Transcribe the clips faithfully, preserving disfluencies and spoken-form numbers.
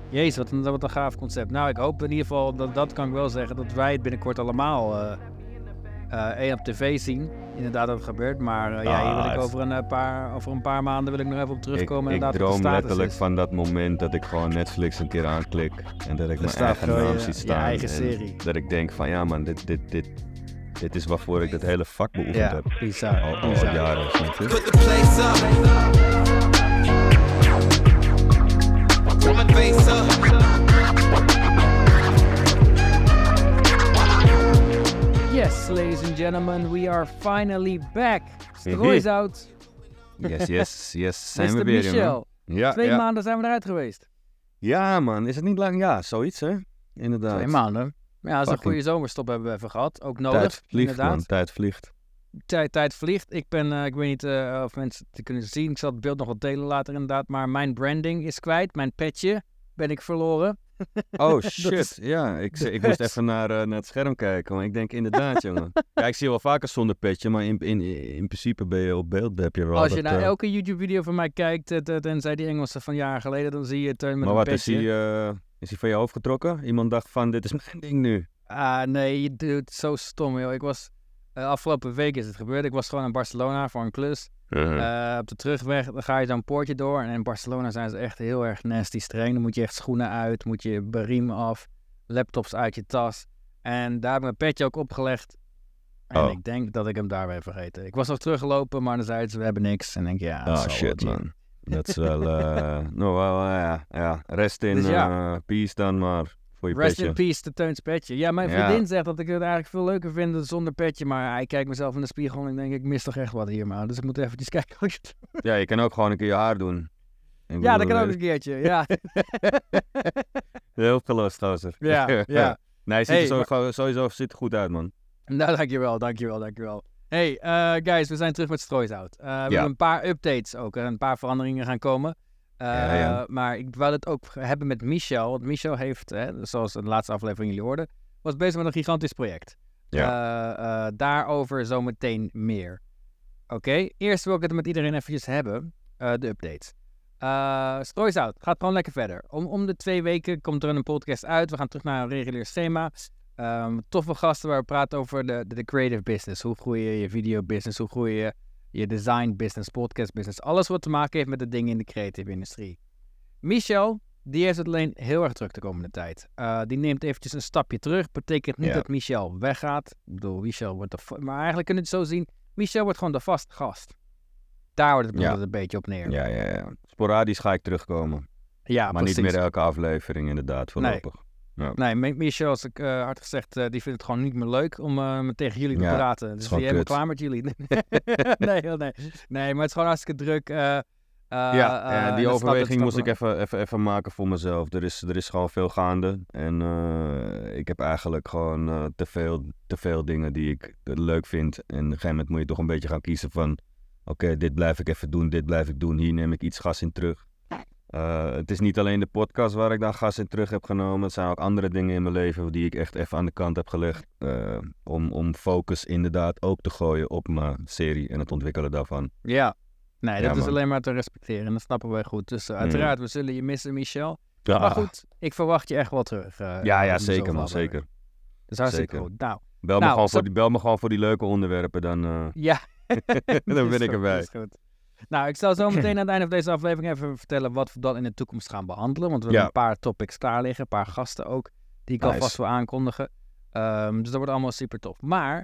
Jezus, wat een, wat een gaaf concept. Nou, ik hoop in ieder geval, dat, dat kan ik wel zeggen, dat wij het binnenkort allemaal uh, uh, één op tv zien. Inderdaad dat het gebeurt, maar uh, ja, hier wil ik over een, uh, paar, over een paar maanden wil ik nog even op terugkomen. Ik, ik droom letterlijk is. van dat moment dat ik gewoon Netflix een keer aanklik en dat ik mijn eigen naam je, zie staan. Je eigen serie. Dat ik denk van ja man, dit, dit, dit, dit is waarvoor ik dat hele vak beoefend ja, heb. Bizar, al, al bizar. jaren. Snap je? Yes, ladies and gentlemen, we are finally back. Stroois out. Yes, yes, yes. Zijn mister we weer, Michel. Ja, Twee ja. maanden zijn we eruit geweest. Ja man, is het niet lang? Ja, zoiets hè? Inderdaad. Twee maanden. Ja, dat is een goede zomerstop hebben we even gehad. Ook nodig, Tijd vliegt inderdaad. man, tijd vliegt. Tijd, tijd vliegt. Ik ben, uh, ik weet niet uh, of mensen het kunnen zien. Ik zal het beeld nog wat delen later inderdaad. Maar mijn branding is kwijt. Mijn petje ben ik verloren. Oh shit, is... ja. Ik, ik moest even naar, uh, naar het scherm kijken. Want ik denk inderdaad, jongen. Ja, ik zie je wel vaker zonder petje. Maar in, in, in principe ben je op beeld. Heb je wel Als je dat, naar uh... elke YouTube-video van mij kijkt, uh, tenzij die Engelse van jaren geleden, dan zie je het uh, met maar een wat, petje. is hij, uh, is hij van je hoofd getrokken? Iemand dacht van, dit is mijn ding nu. Ah, nee, je doet zo stom, joh. Ik was... Uh, afgelopen week is het gebeurd. Ik was gewoon in Barcelona voor een klus. Uh-huh. Uh, op de terugweg dan ga je zo'n poortje door. En in Barcelona zijn ze echt heel erg nasty streng. Dan moet je echt schoenen uit, moet je riem af, laptops uit je tas. En daar heb ik mijn petje ook opgelegd. En oh. ik denk dat ik hem daar ben vergeten. Ik was nog teruggelopen, maar dan zeiden ze, we hebben niks. En denk ik, ja, oh shit man. Dat is wel, uh, nou wel, uh, ja, ja. Rest in dus ja. uh, peace dan maar. Voor je Rest petje. in peace, de Teuns petje. Ja, mijn vriendin ja. zegt dat ik het eigenlijk veel leuker vind zonder petje. Maar ik kijk mezelf in de spiegel en ik denk, ik mis toch echt wat hier, man. Dus ik moet eventjes kijken hoe je het doet. Ja, je kan ook gewoon een keer je haar doen. Ik ja, dat kan ook een keertje, ja. Heel opgelost, gozer. Ja, ja. Nee, ziet hey, er sowieso, maar... sowieso ziet er goed uit, man. Nou, dankjewel, dankjewel, dankjewel. Hey, uh, guys, we zijn terug met Stroois Out. Uh, we ja. hebben een paar updates ook, er een paar veranderingen gaan komen. Uh, ja, ja. Maar ik wil het ook hebben met Michel. Want Michel heeft, hè, zoals de laatste aflevering jullie hoorden, was bezig met een gigantisch project. Ja. Uh, uh, daarover zometeen meer. Oké, okay. Eerst wil ik het met iedereen eventjes hebben. Uh, de updates. Uh, Stroois Out gaat gewoon lekker verder. Om, om de twee weken komt er een podcast uit. We gaan terug naar een regulier schema. Um, toffe gasten waar we praten over de, de, de creative business. Hoe groei je je video business? Hoe groei je je design business, podcast business. Alles wat te maken heeft met de dingen in de creative industrie. Michel, die heeft het alleen heel erg druk de komende tijd. Uh, die neemt eventjes een stapje terug. Betekent niet ja. dat Michel weggaat. Ik bedoel, Michel wordt de... Va- maar eigenlijk kunnen we het zo zien. Michel wordt gewoon de vaste gast. Daar wordt het ja. een beetje op neer. Ja, ja, ja. Sporadisch ga ik terugkomen. Ja, maar precies. niet meer elke aflevering inderdaad, voorlopig. Nee. Ja. Nee, Michel, als ik uh, hard gezegd, uh, die vindt het gewoon niet meer leuk om uh, tegen jullie te ja, praten. Dus die hebben klaar met jullie. nee, nee, nee, maar het is gewoon hartstikke druk. Uh, uh, ja, ja, die uh, overweging moest ik even, even, even maken voor mezelf. Er is, er is gewoon veel gaande. En uh, ik heb eigenlijk gewoon uh, te, veel, te veel dingen die ik leuk vind. En op een gegeven moment moet je toch een beetje gaan kiezen van... Oké, okay, dit blijf ik even doen, dit blijf ik doen. Hier neem ik iets gas in terug. Uh, het is niet alleen de podcast waar ik dan gas in terug heb genomen. Het zijn ook andere dingen in mijn leven die ik echt even aan de kant heb gelegd. Uh, om, om focus inderdaad ook te gooien op mijn serie en het ontwikkelen daarvan. Ja, nee, dat ja, is alleen maar te respecteren. En dat snappen wij goed. Dus uh, uiteraard, mm. we zullen je missen, Michel. Ja. Maar goed, ik verwacht je echt wel terug. Uh, ja, ja, zeker man, zeker. Dus hartstikke zeker. Goed. Nou, bel, nou, me gewoon zo... voor die, bel me gewoon voor die leuke onderwerpen, dan, uh... ja. dan ben ik erbij. Is goed. Nou, ik zal zo meteen aan het einde van deze aflevering even vertellen wat we dan in de toekomst gaan behandelen. Want we hebben ja. een paar topics klaar liggen, een paar gasten ook, die ik nice. alvast wil aankondigen. Um, dus dat wordt allemaal super tof. Maar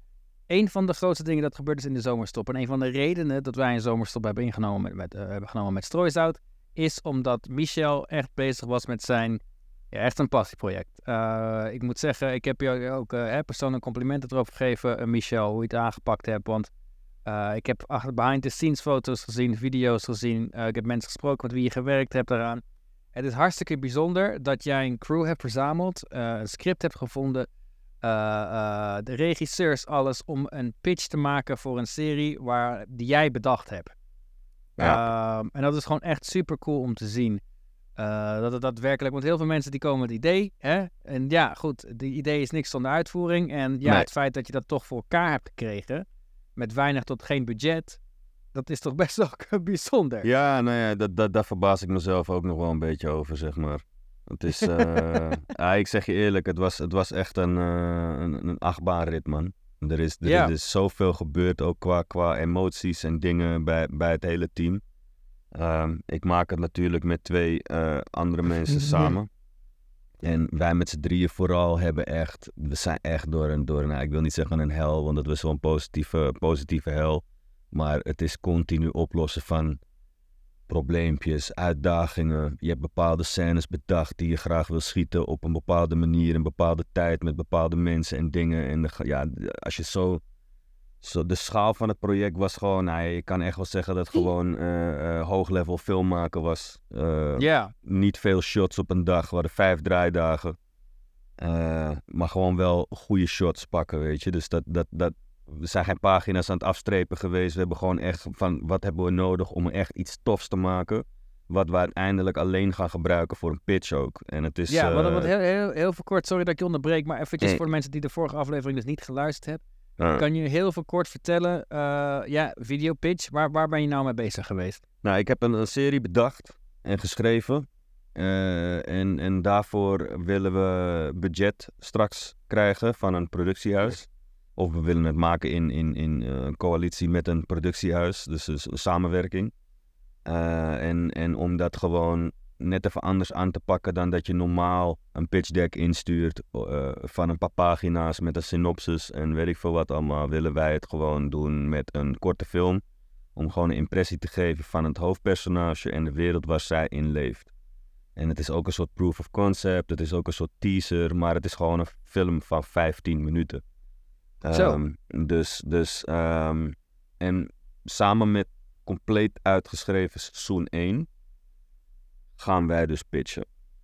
een van de grootste dingen dat gebeurd is in de zomerstop, en een van de redenen dat wij een zomerstop hebben ingenomen met, met, uh, hebben genomen met Stroois Out, is omdat Michel echt bezig was met zijn, ja, echt een passieproject. Uh, ik moet zeggen, ik heb je ook uh, persoonlijk complimenten erover gegeven, uh, Michel, hoe je het aangepakt hebt, want Uh, ik heb achter behind the scenes foto's gezien, video's gezien. Uh, ik heb mensen gesproken met wie je gewerkt hebt daaraan. Het is hartstikke bijzonder dat jij een crew hebt verzameld, uh, een script hebt gevonden, uh, uh, de regisseurs, alles om een pitch te maken voor een serie waar, die jij bedacht hebt. Ja. Uh, en dat is gewoon echt super cool om te zien. Uh, dat het daadwerkelijk, want heel veel mensen die komen met het idee, hè? En ja, goed, die idee is niks zonder uitvoering. En ja, nee. Het feit dat je dat toch voor elkaar hebt gekregen, met weinig tot geen budget, dat is toch best ook bijzonder. Ja, nou ja, dat, dat, daar verbaas ik mezelf ook nog wel een beetje over, zeg maar. Het is, uh, ja, ik zeg je eerlijk, het was, het was echt een, uh, een, een achtbaanrit, man. Er is, er, ja. er is zoveel gebeurd, ook qua, qua emoties en dingen bij, bij het hele team. Um, ik maak het natuurlijk met twee uh, andere mensen samen. En wij met z'n drieën vooral hebben echt, we zijn echt door een, door een, nou, ik wil niet zeggen een hel, want dat was wel een positieve, positieve hel. Maar het is continu oplossen van probleempjes, uitdagingen. Je hebt bepaalde scènes bedacht die je graag wil schieten op een bepaalde manier, een bepaalde tijd, met bepaalde mensen en dingen. En de, ja, als je zo, zo, de schaal van het project was gewoon, nou, je kan echt wel zeggen dat het gewoon uh, uh, hoog-level film maken was. Uh, yeah. Niet veel shots op een dag, we hadden vijf draaidagen. Uh, maar gewoon wel goede shots pakken, weet je. Dus dat, dat, dat, we zijn geen pagina's aan het afstrepen geweest. We hebben gewoon echt van, wat hebben we nodig om echt iets tofs te maken. Wat we uiteindelijk alleen gaan gebruiken voor een pitch ook. En het is... Ja, uh, wat, wat heel, heel, heel veel kort, sorry dat ik je onderbreek, maar eventjes nee. voor de mensen die de vorige aflevering dus niet geluisterd hebben. Uh. Kan je heel veel kort vertellen, uh, ja, videopitch, waar, waar ben je nou mee bezig geweest? Nou, ik heb een, een serie bedacht en geschreven. Uh, en, en daarvoor willen we budget straks krijgen van een productiehuis. Of we willen het maken in, in, in uh, coalitie met een productiehuis, dus, dus een samenwerking. Uh, en, en om dat gewoon net even anders aan te pakken dan dat je normaal een pitch deck instuurt uh, van een paar pagina's met een synopsis en weet ik veel wat allemaal, willen wij het gewoon doen met een korte film. Om gewoon een impressie te geven van het hoofdpersonage en de wereld waar zij in leeft. En het is ook een soort proof of concept, het is ook een soort teaser, maar het is gewoon een film van vijftien minuten. Um, dus, dus um, en samen met compleet uitgeschreven seizoen één gaan wij dus pitchen.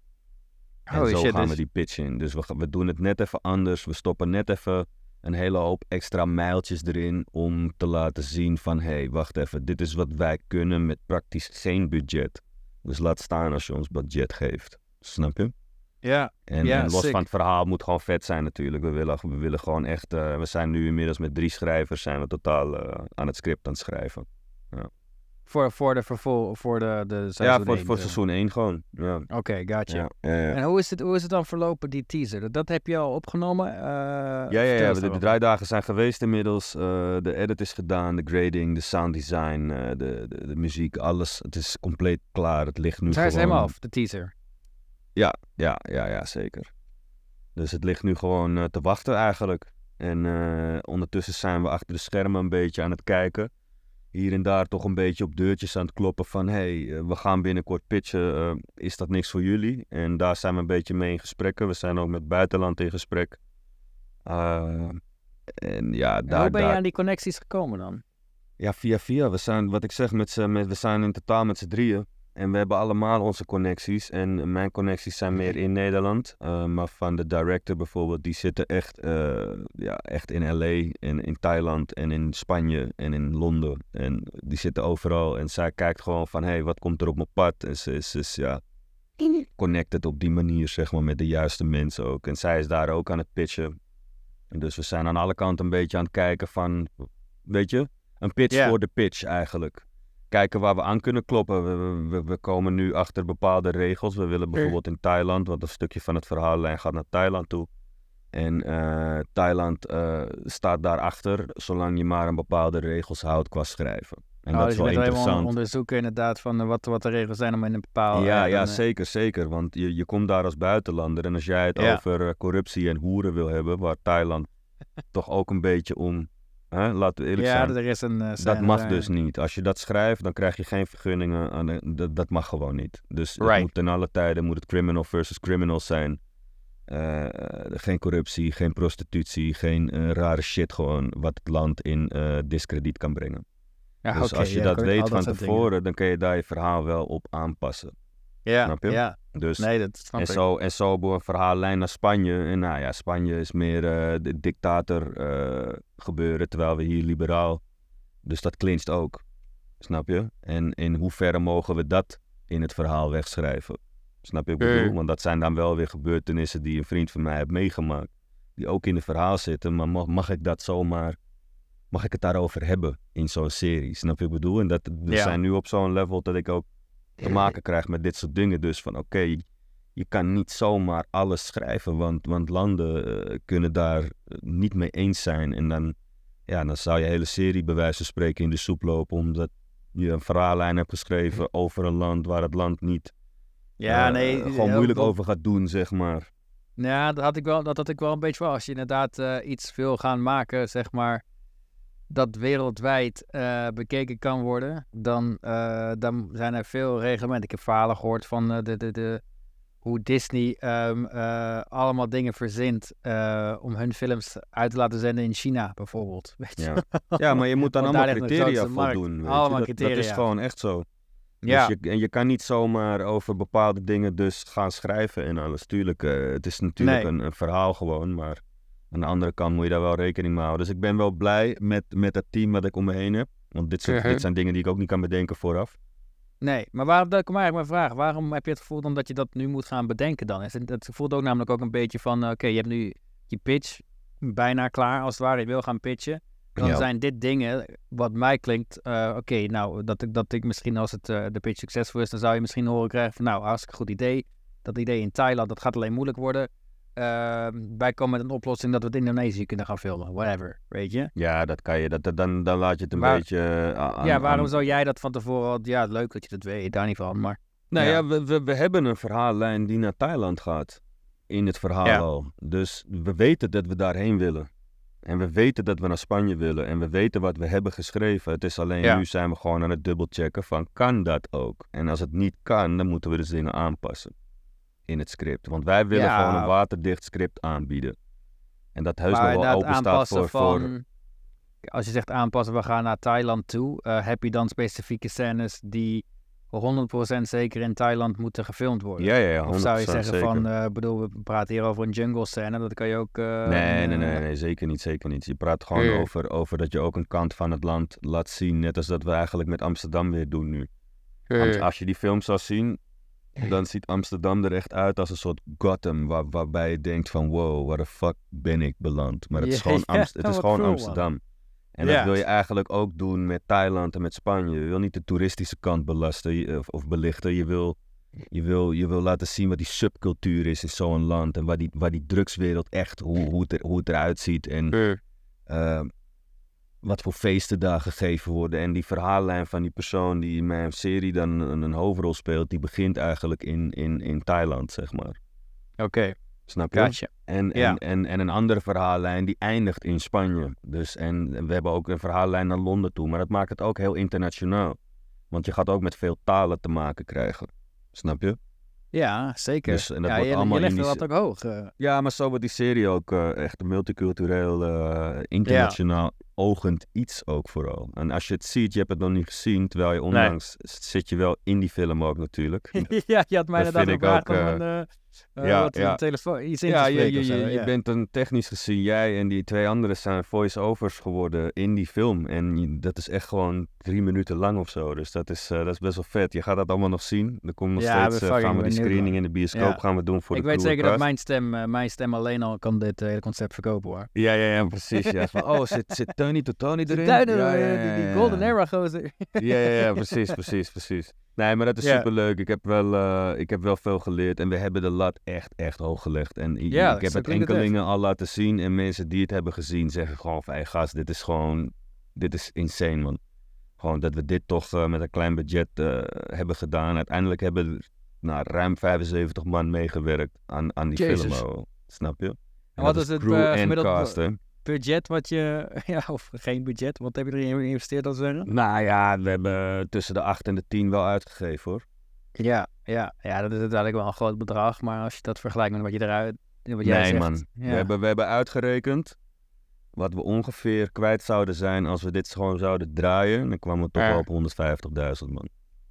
En oh, zo shit, gaan dus... we die pitchen in. Dus we, we doen het net even anders. We stoppen net even een hele hoop extra mijltjes erin om te laten zien van hé, hey, wacht even, dit is wat wij kunnen met praktisch geen budget. Dus laat staan als je ons budget geeft. Snap je? Ja, en, ja, en los sick. van het verhaal moet gewoon vet zijn natuurlijk. We willen, we willen gewoon echt... Uh, we zijn nu inmiddels met drie schrijvers zijn we totaal uh, aan het script aan het schrijven. Ja. Voor, voor de vervol, voor de, de seizoen Ja, voor, één, voor zo. seizoen één gewoon. Ja. Oké, okay, gotcha. Ja, ja, ja. En hoe is, het, hoe is het dan verlopen, die teaser? Dat heb je al opgenomen? Uh, ja, ja, ja. De, de draaidagen zijn geweest inmiddels. Uh, de edit is gedaan, de grading, de sound design, uh, de, de, de muziek, alles. Het is compleet klaar. Het ligt nu dus gewoon... hij is helemaal af, de teaser? Ja, ja, ja, ja, zeker. Dus het ligt nu gewoon uh, te wachten eigenlijk. En uh, ondertussen zijn we achter de schermen een beetje aan het kijken. Hier en daar toch een beetje op deurtjes aan het kloppen van... hé, hey, uh, we gaan binnenkort pitchen, uh, is dat niks voor jullie? En daar zijn we een beetje mee in gesprekken. We zijn ook met buitenland in gesprek. Uh, en ja, daar, en hoe ben je daar... aan die connecties gekomen dan? Ja, via via. We zijn, wat ik zeg, met z'n, met, we zijn in totaal met z'n drieën. En we hebben allemaal onze connecties. En mijn connecties zijn meer in Nederland. Uh, maar van de director bijvoorbeeld, die zitten echt, uh, ja, echt in L A en in Thailand en in Spanje en in Londen. En die zitten overal. En zij kijkt gewoon van, hé, hey, wat komt er op mijn pad? En ze is, is ja, connected op die manier, zeg maar, met de juiste mensen ook. En zij is daar ook aan het pitchen. En dus we zijn aan alle kanten een beetje aan het kijken van, weet je, een pitch yeah. voor de pitch eigenlijk. Kijken waar we aan kunnen kloppen. We, we, we komen nu achter bepaalde regels. We willen bijvoorbeeld in Thailand, want een stukje van het verhaallijn gaat naar Thailand toe. En uh, Thailand uh, staat daarachter, zolang je maar een bepaalde regels houdt qua schrijven. En oh, dat dus is wel je interessant. Even onderzoeken inderdaad van uh, wat, wat de regels zijn om in een bepaalde... Ja, uh, ja dan, zeker, zeker. Want je, je komt daar als buitenlander. En als jij het ja. over uh, corruptie en hoeren wil hebben, waar Thailand toch ook een beetje om... Hè, laten we eerlijk ja, zijn. Er is een, uh, dat mag daar, dus niet. Als je dat schrijft, dan krijg je geen vergunningen. Aan de, dat, dat mag gewoon niet. Dus right. het moet ten alle tijden moet het criminal versus criminal zijn. Uh, geen corruptie, geen prostitutie, geen uh, rare shit gewoon wat het land in uh, diskrediet kan brengen. Ja, dus okay, als je ja, dat weet van tevoren, dingen. dan kun je daar je verhaal wel op aanpassen. Ja, snap je? ja. Dus, nee, dat snap en ik. zo, en zo een verhaallijn naar Spanje. En nou ja, Spanje is meer uh, de dictator uh, gebeuren, terwijl we hier liberaal. Dus dat clincht ook. Snap je? En in hoeverre mogen we dat in het verhaal wegschrijven? Snap je wat ik bedoel? Want dat zijn dan wel weer gebeurtenissen die een vriend van mij heeft meegemaakt. Die ook in het verhaal zitten. Maar mag, mag ik dat zomaar... Mag ik het daarover hebben in zo'n serie? Snap je wat ik bedoel? En dat, we ja. zijn nu op zo'n level dat ik ook te maken krijg met dit soort dingen. Dus van oké, okay, je kan niet zomaar alles schrijven, want, want landen uh, kunnen daar niet mee eens zijn. En dan, ja, dan zou je hele serie bij wijze van spreken in de soep lopen, omdat je een verhaallijn hebt geschreven over een land waar het land niet ja, uh, nee, gewoon moeilijk wel, over gaat doen, zeg maar. Ja, dat had ik wel, dat had ik wel een beetje wel. Als je inderdaad uh, iets wil gaan maken, zeg maar, dat wereldwijd uh, bekeken kan worden, dan, uh, dan zijn er veel reglementen. Ik heb verhalen gehoord van uh, de, de, de, hoe Disney um, uh, allemaal dingen verzint uh, om hun films uit te laten zenden in China, bijvoorbeeld. Weet je? Ja. ja, maar je moet dan allemaal criteria voldoen. Weet allemaal je? criteria. Dat, dat is gewoon echt zo. Ja. Dus je, en je kan niet zomaar over bepaalde dingen dus gaan schrijven en alles. Tuurlijk, uh, het is natuurlijk nee. een, een verhaal gewoon, maar aan de andere kant moet je daar wel rekening mee houden. Dus ik ben wel blij met, met het team wat ik om me heen heb. Want dit, soort, uh-huh. dit zijn dingen die ik ook niet kan bedenken vooraf. Nee, maar waarom, dat kom eigenlijk mijn vraag. Waarom heb je het gevoel dan dat je dat nu moet gaan bedenken dan? Het, het voelt ook namelijk ook een beetje van, uh, oké, okay, je hebt nu je pitch bijna klaar als het ware. Je wil gaan pitchen. Dan ja. zijn dit dingen, wat mij klinkt, uh, oké, okay, nou, dat ik, dat ik misschien als het, uh, de pitch succesvol is, dan zou je misschien horen krijgen van, nou, hartstikke goed idee. Dat idee in Thailand, dat gaat alleen moeilijk worden. Uh, wij komen met een oplossing dat we het in Indonesië kunnen gaan filmen, whatever, weet je? Ja, dat kan je, dat, dat, dan, dan laat je het een maar, beetje uh, aan... Ja, waarom aan... zou jij dat van tevoren, ja, leuk dat je dat weet, daar niet van, maar... Nou ja, ja we, we, we hebben een verhaallijn die naar Thailand gaat, in het verhaal ja. al. Dus we weten dat we daarheen willen. En we weten dat we naar Spanje willen. En we weten wat we hebben geschreven. Het is alleen ja. nu zijn we gewoon aan het dubbelchecken van, kan dat ook? En als het niet kan, dan moeten we dus dingen aanpassen in het script. Want wij willen ja. gewoon een waterdicht script aanbieden. En dat heus nog wel open staat voor, van, voor... Als je zegt aanpassen, we gaan naar Thailand toe. Uh, heb je dan specifieke scènes die honderd procent zeker in Thailand moeten gefilmd worden? Ja, ja, ja. Of zou je zeggen zeker. van, uh, bedoel, we praten hier over een jungle scène, dat kan je ook... Uh, nee, nee, nee, nee, zeker niet, zeker niet. Je praat gewoon uh. over, over dat je ook een kant van het land laat zien, net als dat we eigenlijk met Amsterdam weer doen nu. Uh. Als, als je die film zou zien, dan ziet Amsterdam er echt uit als een soort Gotham, waar, waarbij je denkt van, wow, waar de fuck ben ik beland? Maar het is gewoon, Amst- het is gewoon cool, Amsterdam. Man. En dat ja. wil je eigenlijk ook doen met Thailand en met Spanje. Je wil niet de toeristische kant belasten of, of belichten. Je wil, je, wil, je wil laten zien wat die subcultuur is in zo'n land. En waar die, waar die drugswereld echt, hoe, hoe, het, er, hoe het eruit ziet. En uh. Uh, wat voor feesten daar gegeven worden. En die verhaallijn van die persoon die in mijn serie dan een, een hoofdrol speelt. Die begint eigenlijk in, in, in Thailand, zeg maar. Oké. Okay. Snap je? Gotcha. En, en, ja. en, en een andere verhaallijn die eindigt in Spanje. Dus, en we hebben ook een verhaallijn naar Londen toe. Maar dat maakt het ook heel internationaal. Want je gaat ook met veel talen te maken krijgen. Snap je? Ja, zeker. Dus, en dat ja, wordt je, allemaal je legt in die... wel wat ook hoog. Uh. Ja, maar zo wordt die serie ook uh, echt multicultureel, uh, internationaal ja. ogend iets ook vooral. En als je het ziet, je hebt het nog niet gezien, terwijl je onlangs nee. zit je wel in die film ook natuurlijk. Ja, je had mij inderdaad gevraagd om een, uh, uh, ja, wat ja. een telefoon, iets in ja, te spreken. Je, je, je, je, ja. je bent een technisch gezien, jij en die twee anderen zijn voice-overs geworden in die film. En je, dat is echt gewoon drie minuten lang of zo. Dus dat is, uh, dat is best wel vet. Je gaat dat allemaal nog zien. Er komt nog ja, steeds, uh, gaan we die screening in de bioscoop ja. gaan we doen voor ik de weet zeker cast. dat mijn stem, uh, mijn stem alleen al kan dit uh, hele concept verkopen hoor. Ja, ja, ja, precies. Ja. Van, oh, zit, zit Tony Totoni erin? Tuin, ja, ja, ja, ja, die, die Golden Era gozer. Ja, ja, ja, precies, precies, precies. Nee, maar dat is ja. superleuk. Ik heb, wel, uh, ik heb wel veel geleerd en we hebben de lat echt, echt hoog gelegd. En ja, ik heb het enkelingen al laten zien en mensen die het hebben gezien zeggen gewoon van, hey gast, dit is gewoon, dit is insane man. Gewoon dat we dit toch uh, met een klein budget uh, hebben gedaan. Uiteindelijk hebben er nou, ruim vijfenzeventig man meegewerkt aan, aan die Jezus. film. Oh, snap je? En, en wat is het crew uh, en cast, hè? budget wat je, ja, of geen budget, wat heb je erin geïnvesteerd als zeggen? Nou ja, we hebben tussen de acht en de tien wel uitgegeven hoor. Ja, ja, ja, dat is uiteindelijk wel een groot bedrag, maar als je dat vergelijkt met wat je eruit, wat jij nee, zegt. man, ja. we, hebben, we hebben uitgerekend wat we ongeveer kwijt zouden zijn als we dit gewoon zouden draaien. Dan kwamen we toch wel op honderdvijftigduizend man.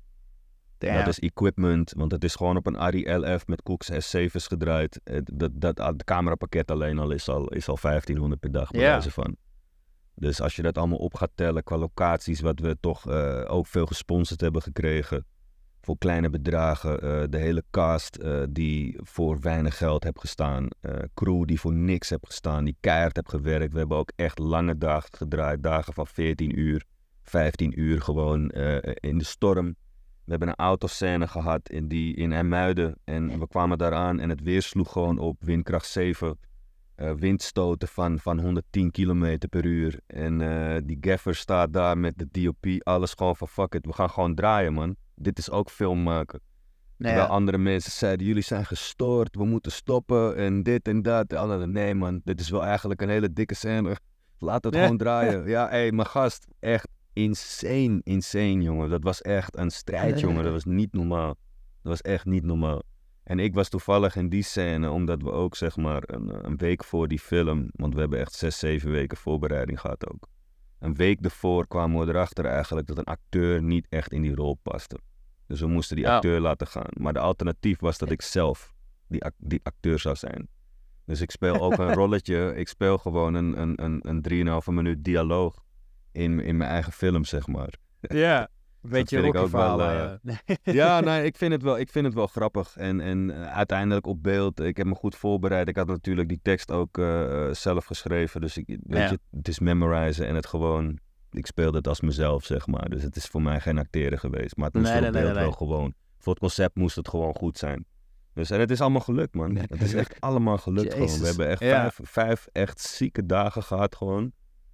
Dat is equipment, want het is gewoon op een Arri L F met Cooks S zeven's gedraaid. Dat, dat, dat camerapakket alleen al is al, is al vijftienhonderd per dag bij ja. wijze van. Dus als je dat allemaal op gaat tellen qua locaties, wat we toch uh, ook veel gesponsord hebben gekregen. Voor kleine bedragen. Uh, de hele cast uh, die voor weinig geld heeft gestaan. Uh, crew die voor niks heeft gestaan. Die keihard heeft gewerkt. We hebben ook echt lange dagen gedraaid. Dagen van veertien uur, vijftien uur gewoon uh, in de storm. We hebben een autoscène gehad in, die, in IJmuiden. En we kwamen daaraan en het weer sloeg gewoon op. Windkracht zeven. Uh, windstoten van, van honderdtien kilometer per uur. En uh, die gaffer staat daar met de D O P. Alles gewoon van fuck it. We gaan gewoon draaien, man. Dit is ook film maken. Nee, Terwijl ja. andere mensen zeiden, jullie zijn gestoord. We moeten stoppen en dit en dat. En anderen, nee man, dit is wel eigenlijk een hele dikke scène. Laat het ja. gewoon draaien. Ja, hé, hey, mijn gast. Echt insane, insane, jongen. Dat was echt een strijd, jongen. Dat was niet normaal. Dat was echt niet normaal. En ik was toevallig in die scène, omdat we ook zeg maar een, een week voor die film, want we hebben echt zes, zeven weken voorbereiding gehad ook. Een week ervoor kwamen we erachter eigenlijk dat een acteur niet echt in die rol paste. Dus we moesten die acteur oh. laten gaan. Maar de alternatief was dat ik zelf die, ac- die acteur zou zijn. Dus ik speel ook een rolletje, ik speel gewoon een, een, een, een drieënhalve minuut dialoog in, in mijn eigen film, zeg maar. Ja. Yeah. Weet je ook wel. Uh... ja, nee, ik vind het wel, ik vind het wel grappig. En, en uh, uiteindelijk op beeld, ik heb me goed voorbereid. Ik had natuurlijk die tekst ook uh, zelf geschreven. Dus ik, weet ja. je, het is memorizen en het gewoon, ik speelde het als mezelf, zeg maar. Dus het is voor mij geen acteren geweest. Maar het moest nee, nee, op beeld nee, nee, wel nee. gewoon. Voor het concept moest het gewoon goed zijn. Dus en het is allemaal gelukt, man. Het is echt allemaal gelukt gewoon. We hebben echt ja. vijf, vijf echt zieke dagen gehad gewoon.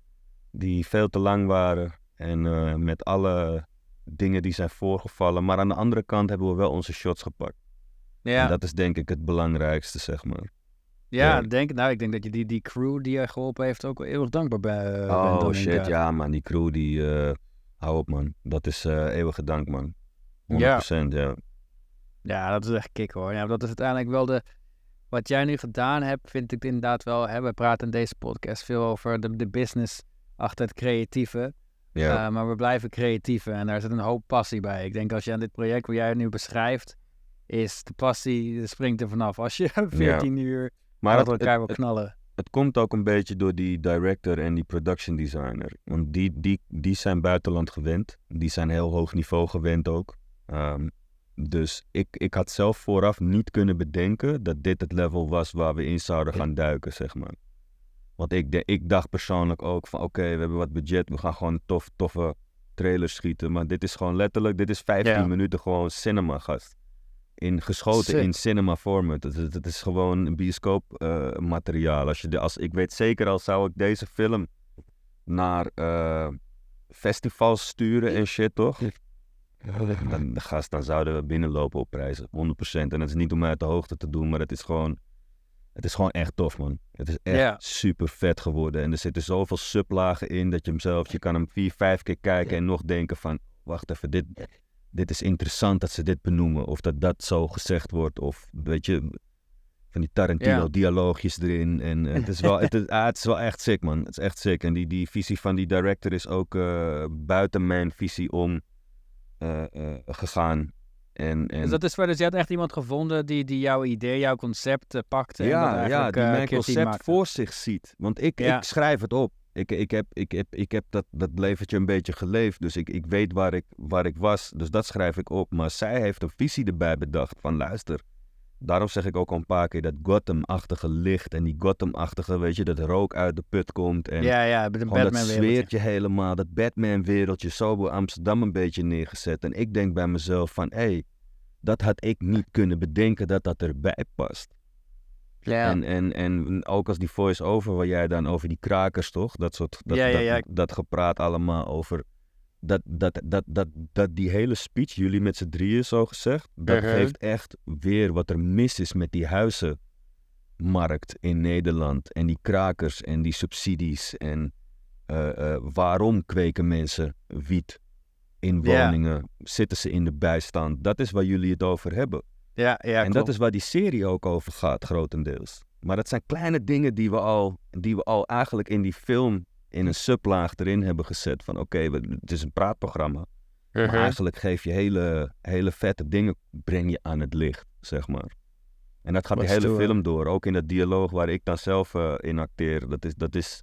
Die veel te lang waren. En uh, met alle dingen die zijn voorgevallen. Maar aan de andere kant hebben we wel onze shots gepakt. Ja. En dat is denk ik het belangrijkste, zeg maar. Ja, ja. Denk, nou, ik denk dat je die, die crew die je geholpen heeft ook wel eeuwig dankbaar bij, uh, oh, bent. Oh shit, ja man, die crew die... Uh, hou op man, dat is uh, eeuwige dank man. honderd procent, ja. ja. Ja, dat is echt kick hoor. Ja, dat is uiteindelijk wel de... Wat jij nu gedaan hebt, vind ik inderdaad wel... Hè, we praten in deze podcast veel over de, de business achter het creatieve. Ja. Uh, maar we blijven creatieven en daar zit een hoop passie bij. Ik denk als je aan dit project wat jij nu beschrijft, is de passie, springt er vanaf. Als je veertien ja. uur maar met elkaar wil knallen. Het, het komt ook een beetje door die director en die production designer. Want die, die, die zijn buitenland gewend. Die zijn heel hoog niveau gewend ook. Um, dus ik, ik had zelf vooraf niet kunnen bedenken dat dit het level was waar we in zouden gaan duiken, zeg maar. Want ik, de, ik dacht persoonlijk ook van oké, okay, we hebben wat budget, we gaan gewoon tof, toffe trailers schieten. Maar dit is gewoon letterlijk, dit is vijftien ja. minuten gewoon cinema, gast. In, geschoten Sick. in cinema format. Het, het, het is gewoon bioscoop uh, materiaal. Als je de, als, ik weet zeker al zou ik deze film naar uh, festivals sturen en shit, toch? Dan, de gast, dan zouden we binnenlopen op prijzen, honderd procent. En het is niet om mij uit de hoogte te doen, maar het is gewoon... Het is gewoon echt tof, man. Het is echt yeah. super vet geworden. En er zitten zoveel sublagen in dat je hem zelf... Je kan hem vier, vijf keer kijken en nog denken van... Wacht even, dit, dit is interessant dat ze dit benoemen. Of dat dat zo gezegd wordt. Of weet je, van die Tarantino-dialoogjes yeah. erin. En uh, het, is wel, het, is, ah, het is wel echt sick, man. Het is echt sick. En die, die visie van die director is ook uh, buiten mijn visie om uh, uh, gegaan. En, en... Dus dat is waar, dus je had echt iemand gevonden die, die jouw idee, jouw concept uh, pakte. Ja, en ja, die uh, mijn concept voor zich ziet. Want ik, ja. ik schrijf het op. Ik, ik heb, ik heb, ik heb dat, dat leventje een beetje geleefd. Dus ik, ik weet waar ik, waar ik was. Dus dat schrijf ik op. Maar zij heeft een visie erbij bedacht van luister. Daarom zeg ik ook al een paar keer dat Gotham-achtige licht. En die Gotham-achtige, weet je, dat rook uit de put komt. En ja, ja, met een dat zweertje helemaal. Dat Batman-wereldje zo bij Amsterdam een beetje neergezet. En ik denk bij mezelf van, hé, hey, dat had ik niet kunnen bedenken dat dat erbij past. Ja. En, en, en ook als die voice-over, waar jij dan over die krakers, toch? Dat soort, dat, ja, ja, dat, ja. dat, dat gepraat allemaal over... Dat, dat, dat, dat, dat die hele speech, jullie met z'n drieën zo gezegd, dat uh-huh. geeft echt weer wat er mis is met die huizenmarkt in Nederland. En die krakers en die subsidies. En uh, uh, waarom kweken mensen wiet in woningen? Yeah. Zitten ze in de bijstand? Dat is waar jullie het over hebben. Ja, ja, en klopt. dat is waar die serie ook over gaat, grotendeels. Maar dat zijn kleine dingen die we al, die we al eigenlijk in die film... in een sublaag erin hebben gezet van oké, okay, het is een praatprogramma. Uh-huh. Maar eigenlijk geef je hele, hele vette dingen, breng je aan het licht, zeg maar. En dat gaat de hele film hè? door. Ook in dat dialoog waar ik dan zelf uh, in acteer. Dat is, dat is...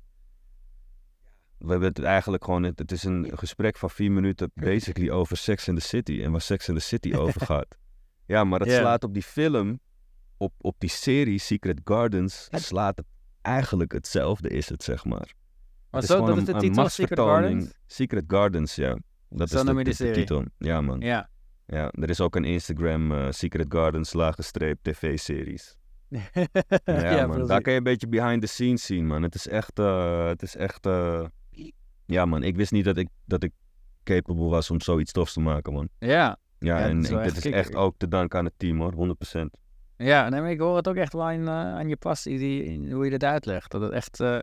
We hebben het eigenlijk gewoon... Het, het is een gesprek van vier minuten basically over Sex and the City. En waar Sex and the City over gaat. Ja, maar het yeah. slaat op die film, op, op die serie Secret Gardens, slaat het eigenlijk hetzelfde is het, zeg maar. Maar zo, dat is de titel, Secret Gardens? Secret Gardens, ja. Dat zo is de, de, de, de titel. Ja, man. Ja. Ja, er is ook een Instagram uh, Secret Gardens lage tv-series. ja, ja man, daar kan je een beetje behind the scenes zien, man. Het is echt, uh, het is echt, uh... ja man, ik wist niet dat ik, dat ik capable was om zoiets tofs te maken, man. Ja. Ja, ja en ik, dit is kicken. Echt ook te danken aan het team, hoor, honderd procent. Ja, nee, maar ik hoor het ook echt wel aan, uh, aan je passie, die, in, hoe je dit uitlegt. Dat het echt, uh,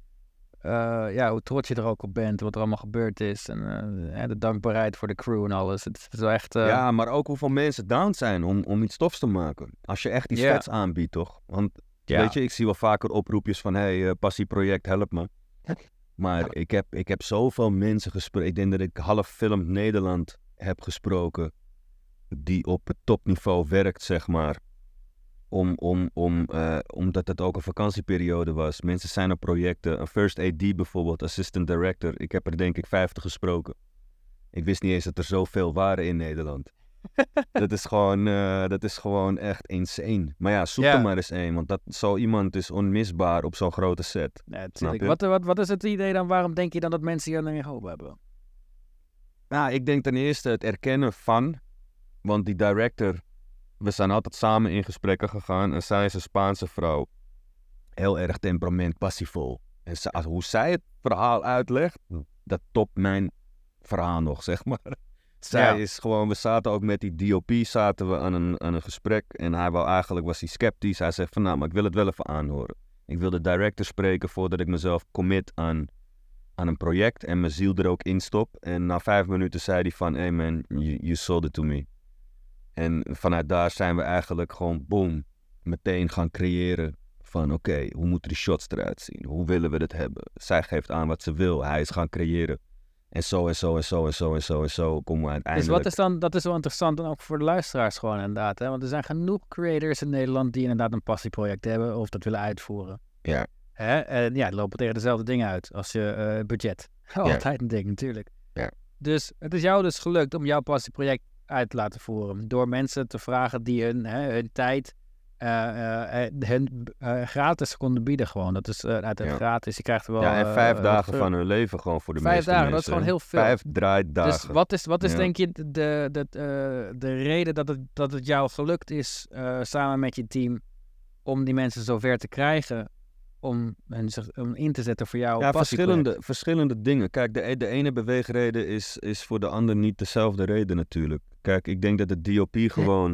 uh, ja, hoe trots je er ook op bent, wat er allemaal gebeurd is. En uh, de dankbaarheid voor de crew en alles. Het is wel echt... Uh... Ja, maar ook hoeveel mensen down zijn om, om iets tofs te maken. Als je echt iets yeah. vets aanbiedt, toch? Want, ja. weet je, ik zie wel vaker oproepjes van, hé, hey, uh, passieproject, help me. Maar ik heb, ik heb zoveel mensen gesproken. Ik denk dat ik half film Nederland heb gesproken die op het topniveau werkt, zeg maar. Om, om, om, uh, omdat het ook een vakantieperiode was. Mensen zijn op projecten. Een First A D bijvoorbeeld, assistant director. Ik heb er denk ik vijftig gesproken. Ik wist niet eens dat er zoveel waren in Nederland. dat, is gewoon, uh, dat is gewoon echt insane. Maar ja, zoek ja. er maar eens één. Want dat, zo iemand is onmisbaar op zo'n grote set. Ja, wat, wat, wat is het idee dan? Waarom denk je dan dat mensen hier naar geholpen hebben? Nou, ik denk ten eerste het erkennen van. Want die director... We zijn altijd samen in gesprekken gegaan en zij is een Spaanse vrouw. Heel erg temperament, passievol. En ze, hoe zij het verhaal uitlegt, dat topt mijn verhaal nog, zeg maar. Zij ja. is gewoon, we zaten ook met die D O P zaten we aan een, aan een gesprek. En hij wou eigenlijk, was hij sceptisch. Hij zegt van, nou, maar ik wil het wel even aanhoren. Ik wil de director spreken voordat ik mezelf commit aan, aan een project en mijn ziel er ook in stop. En na vijf minuten zei hij van, hey man, you, you sold it to me. En vanuit daar zijn we eigenlijk gewoon, boom, meteen gaan creëren van oké, okay, hoe moeten die shots eruit zien? Hoe willen we het hebben? Zij geeft aan wat ze wil, hij is gaan creëren. En zo en zo en zo en zo en zo en zo komen we uiteindelijk... Dus wat is dan, dat is wel interessant en ook voor de luisteraars gewoon inderdaad. Hè? Want er zijn genoeg creators in Nederland die inderdaad een passieproject hebben of dat willen uitvoeren. Ja. Hè? En ja, lopen tegen dezelfde dingen uit als je uh, budget. Altijd ja. een ding natuurlijk. Ja. Dus het is jou dus gelukt om jouw passieproject uit te laten voeren. Door mensen te vragen die hun, hè, hun tijd uh, uh, hun uh, gratis konden bieden gewoon. Dat is uh, uit het ja. gratis. Je krijgt er wel... Ja, en vijf uh, dagen uh, van hun leven gewoon voor de vijf meeste dagen, mensen. dat is gewoon heel veel. Vijf draaidagen. Dus wat is, wat is ja. denk je de, de, de, uh, de reden dat het, dat het jou gelukt is, uh, samen met je team, om die mensen zover te krijgen, om hen om in te zetten voor jou? Ja, verschillende, verschillende dingen. Kijk, de, de ene beweegreden is, is voor de ander niet dezelfde reden natuurlijk. Kijk, ik denk dat de D O P gewoon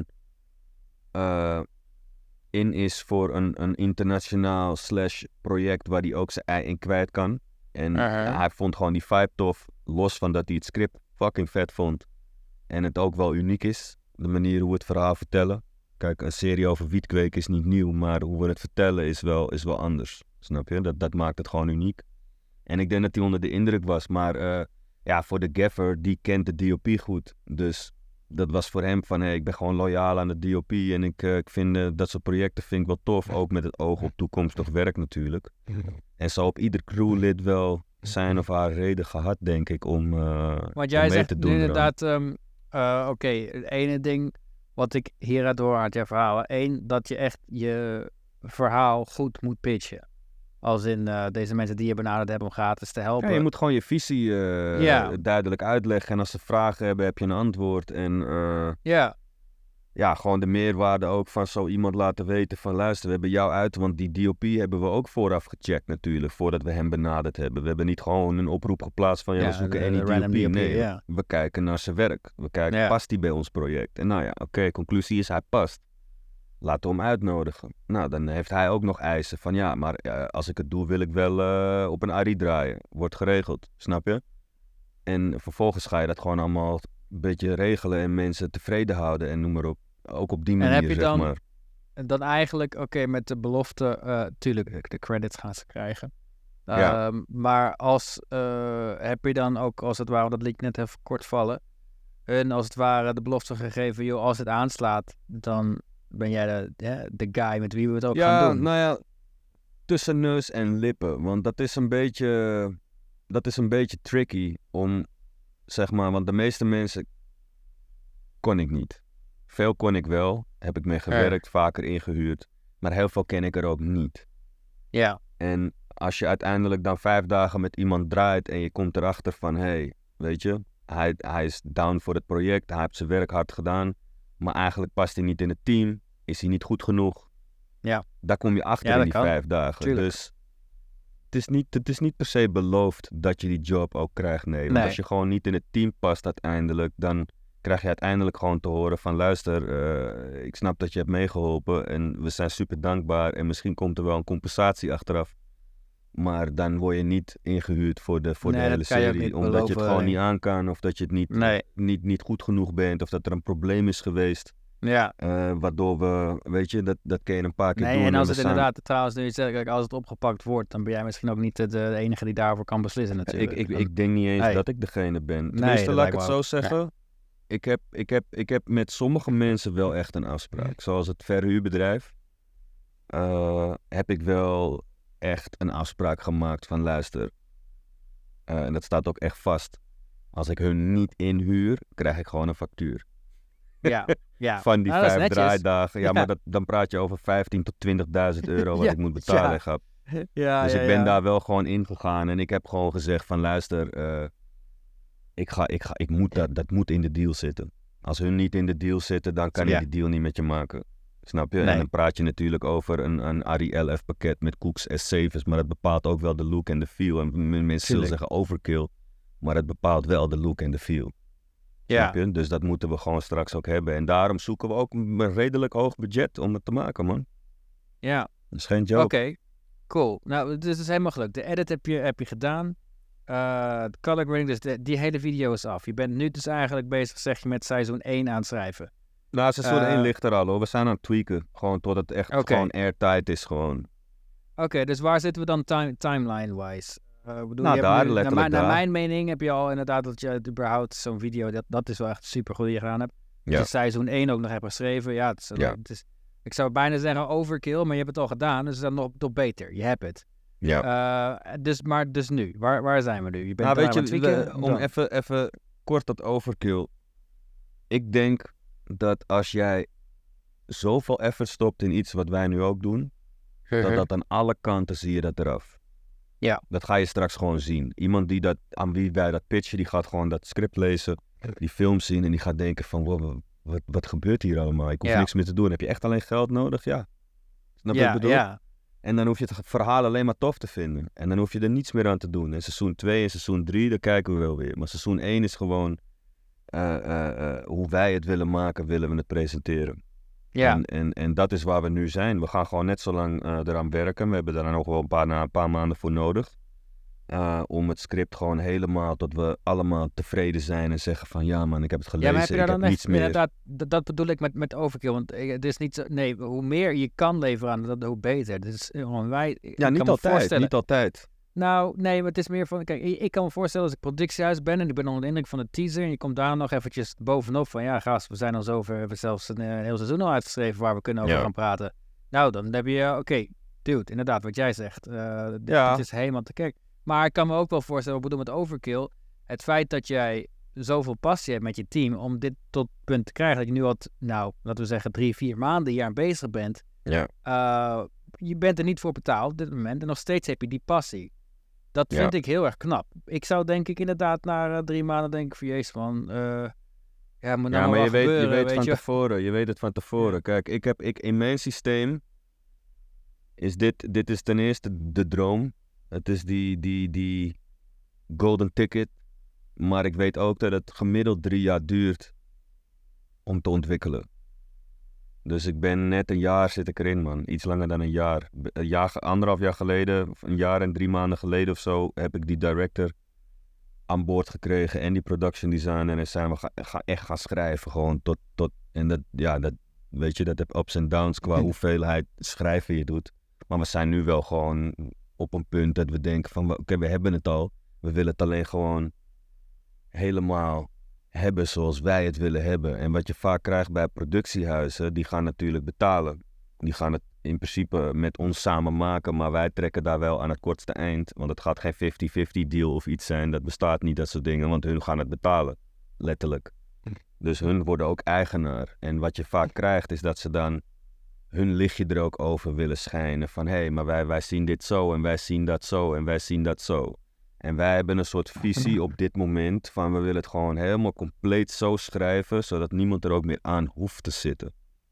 uh, in is voor een, een internationaal slash project waar hij ook zijn ei in kwijt kan. En uh-huh. hij vond gewoon die vibe tof, los van dat hij het script fucking vet vond. En het ook wel uniek is, de manier hoe we het verhaal vertellen. Kijk, een serie over wietkweken is niet nieuw, maar hoe we het vertellen is wel, is wel anders. Snap je? Dat, dat maakt het gewoon uniek. En ik denk dat hij onder de indruk was, maar uh, ja, voor de gaffer, die kent de D O P goed. Dus dat was voor hem van, hey, ik ben gewoon loyaal aan de D O P en ik, uh, ik vind uh, dat soort projecten vind ik wel tof, ook met het oog op toekomstig werk natuurlijk. En zo op ieder crewlid wel zijn of haar reden gehad, denk ik, om, uh, Want jij om mee zegt te doen. Inderdaad, um, uh, oké, okay, het ene ding wat ik hieruit door uit je verhalen, één, dat je echt je verhaal goed moet pitchen. Als in uh, deze mensen die je benaderd hebben om gratis te helpen. Ja, je moet gewoon je visie uh, ja. duidelijk uitleggen. En als ze vragen hebben, heb je een antwoord. En uh, ja. ja, gewoon de meerwaarde ook van zo iemand laten weten van luister, we hebben jou uit. Want die D O P hebben we ook vooraf gecheckt natuurlijk, voordat we hem benaderd hebben. We hebben niet gewoon een oproep geplaatst van ja, ja we zoeken any D O P. D O P. Nee, ja. we kijken naar zijn werk. We kijken, ja. past hij bij ons project? En nou ja, oké, okay, conclusie is hij past. Laten we hem uitnodigen. Nou, dan heeft hij ook nog eisen van ja, maar uh, als ik het doe wil ik wel uh, op een Arie draaien. Wordt geregeld, snap je? En vervolgens ga je dat gewoon allemaal een beetje regelen en mensen tevreden houden en noem maar op. Ook op die manier, en heb je dan, zeg maar. Dan eigenlijk, oké, okay, met de belofte, uh, tuurlijk, de credits gaan ze krijgen. Uh, ja. Maar als, uh, heb je dan ook, als het ware, dat liet ik net even kort vallen, en als het ware de belofte gegeven, joh, als het aanslaat, dan ben jij de, ja, de guy met wie we het ook ja, gaan doen? Nou ja, tussen neus en lippen. Want dat is een beetje, dat is een beetje tricky om, zeg maar, want de meeste mensen kon ik niet. Veel kon ik wel, heb ik mee gewerkt, ja. vaker ingehuurd. Maar heel veel ken ik er ook niet. Ja. En als je uiteindelijk dan vijf dagen met iemand draait en je komt erachter van, hé, hey, weet je, hij, hij is down voor het project, hij heeft zijn werk hard gedaan, maar eigenlijk past hij niet in het team, is hij niet goed genoeg. Ja. Daar kom je achter ja, in die kan. vijf dagen. Tuurlijk. Dus het is, niet, het is niet per se beloofd dat je die job ook krijgt, nee. Want nee. als je gewoon niet in het team past uiteindelijk, dan krijg je uiteindelijk gewoon te horen van luister, uh, ik snap dat je hebt meegeholpen en we zijn super dankbaar en misschien komt er wel een compensatie achteraf. Maar dan word je niet ingehuurd voor de, voor nee, de hele serie, omdat beloven, je het gewoon nee. niet aan kan of dat je het niet, nee. niet, niet goed genoeg bent of dat er een probleem is geweest. Ja. Uh, waardoor we, weet je, dat, dat kun je een paar keer nee, doen. En als het staan... inderdaad, trouwens, nu je zegt, kijk, als het opgepakt wordt, dan ben jij misschien ook niet de, de enige die daarover kan beslissen natuurlijk. Ik, ik, ik denk niet eens hey. dat ik degene ben. Nee, Tenminste, laat ik het zo ook. zeggen. Ja. Ik, heb, ik, heb, ik heb met sommige mensen wel echt een afspraak. Zoals het verhuurbedrijf. Uh, heb ik wel echt een afspraak gemaakt van luister. Uh, en dat staat ook echt vast. Als ik hun niet inhuur, krijg ik gewoon een factuur. Ja, ja. Van die nou, vijf draaidagen. Ja, ja. maar dat, dan praat je over vijftien tot twintigduizend euro wat ja, ik moet betalen. Ja. Grap. Ja, dus ja, ik ben ja. daar wel gewoon ingegaan. En ik heb gewoon gezegd van luister, uh, ik, ga, ik, ga, ik moet dat, dat moet in de deal zitten. Als hun niet in de deal zitten, dan kan ja. ik die deal niet met je maken. Snap je? Nee. En dan praat je natuurlijk over een, een Arri L F pakket met Cooks S zeven's. Maar dat bepaalt ook wel de look en de feel. En mensen zullen zeggen overkill. Maar het bepaalt wel de look en de feel. Ja. Snap je? Dus dat moeten we gewoon straks ook hebben. En daarom zoeken we ook een redelijk hoog budget om het te maken, man. Ja. Dat is geen joke. Oké, okay. Cool. Nou, het is helemaal gelukt. De edit heb je, heb je gedaan. Uh, de color grading, dus de, die hele video is af. Je bent nu dus eigenlijk bezig, zeg je, met seizoen één aan het schrijven. Nou, seizoen uh, één ligt er al hoor. We zijn aan het tweaken. Gewoon tot het echt okay. gewoon airtight is gewoon. Oké, okay, dus waar zitten we dan time, timeline-wise? Uh, bedoel, nou, je daar nu, letterlijk naar, daar. naar mijn mening heb je al inderdaad dat je überhaupt zo'n video, dat, dat is wel echt super goed die je gedaan hebt. Ja. Dat je seizoen één ook nog hebt geschreven. Ja, het is, ja. het is, ik zou bijna zeggen overkill, maar je hebt het al gedaan. Dus dan nog, nog beter. Je hebt het. Ja. Uh, dus, maar dus nu, waar, waar zijn we nu? Je bent nou, weet je, we, om dan. even, even kort dat overkill. Ik denk dat als jij zoveel effort stopt in iets wat wij nu ook doen, dat dat aan alle kanten zie je dat eraf. Ja. Dat ga je straks gewoon zien. Iemand die dat, aan wie wij dat pitchen, die gaat gewoon dat script lezen, die film zien en die gaat denken van, wow, wat, wat gebeurt hier allemaal? Ik hoef ja. niks meer te doen. Heb je echt alleen geld nodig? Ja. Snap je ja, wat ik bedoel? Ja. En dan hoef je het verhaal alleen maar tof te vinden. En dan hoef je er niets meer aan te doen. En seizoen twee en seizoen drie, daar kijken we wel weer. Maar seizoen één is gewoon uh, uh, uh, hoe wij het willen maken, willen we het presenteren. Ja. En, en, en dat is waar we nu zijn. We gaan gewoon net zo lang uh, eraan werken. We hebben daar nog wel een paar, na, een paar maanden voor nodig. Uh, om het script gewoon helemaal tot we allemaal tevreden zijn en zeggen van ja man, ik heb het gelezen, ja, maar heb je ik daar heb dan niets echt, meer. Dat, dat, dat bedoel ik met, met overkill, want het is niet zo, nee, hoe meer je kan leveren aan dat, hoe beter. Dat is gewoon wij. Ja, niet altijd, niet altijd. Nou, nee, maar het is meer van, kijk, ik, ik kan me voorstellen als ik productiehuis ben en ik ben onder de indruk van de teaser en je komt daar nog eventjes bovenop van, ja gast, we zijn al zover, we hebben zelfs een, een heel seizoen al uitgeschreven waar we kunnen over ja. gaan praten. Nou, dan heb je, oké, okay, dude, inderdaad, wat jij zegt, uh, ja. het is helemaal te gek. Maar ik kan me ook wel voorstellen, wat ik bedoel met overkill, het feit dat jij zoveel passie hebt met je team om dit tot het punt te krijgen, dat je nu al, nou, laten we zeggen drie, vier maanden hier aan bezig bent. Ja. Uh, je bent er niet voor betaald op dit moment en nog steeds heb je die passie. Dat vind ja. ik heel erg knap. Ik zou denk ik inderdaad na uh, drie maanden denken van jezus van, uh, ja, moet nou ja, maar je weet, gebeuren, je weet, weet van je. tevoren, je weet het van tevoren. Ja. Kijk, ik heb, ik, in mijn systeem is dit, dit is ten eerste de droom. Het is die, die, die golden ticket. Maar ik weet ook dat het gemiddeld drie jaar duurt om te ontwikkelen. Dus ik ben net een jaar zit ik erin, man. Iets langer dan een jaar. Een jaar, anderhalf jaar geleden, of een jaar en drie maanden geleden of zo, heb ik die director aan boord gekregen en die production designer. En zijn we ga, ga echt gaan schrijven gewoon tot, tot en dat, ja, dat, weet je, dat heb ups en downs qua hoeveelheid schrijven je doet. Maar we zijn nu wel gewoon op een punt dat we denken van, oké, okay, we hebben het al. We willen het alleen gewoon helemaal hebben zoals wij het willen hebben. En wat je vaak krijgt bij productiehuizen, die gaan natuurlijk betalen. Die gaan het in principe met ons samen maken, maar wij trekken daar wel aan het kortste eind. Want het gaat geen vijftig vijftig deal of iets zijn. Dat bestaat niet, dat soort dingen, want hun gaan het betalen. Letterlijk. Dus hun worden ook eigenaar. En wat je vaak krijgt is dat ze dan hun lichtje er ook over willen schijnen. Van hé, hey, maar wij, wij zien dit zo en wij zien dat zo en wij zien dat zo. En wij hebben een soort visie op dit moment van we willen het gewoon helemaal compleet zo schrijven, zodat niemand er ook meer aan hoeft te zitten.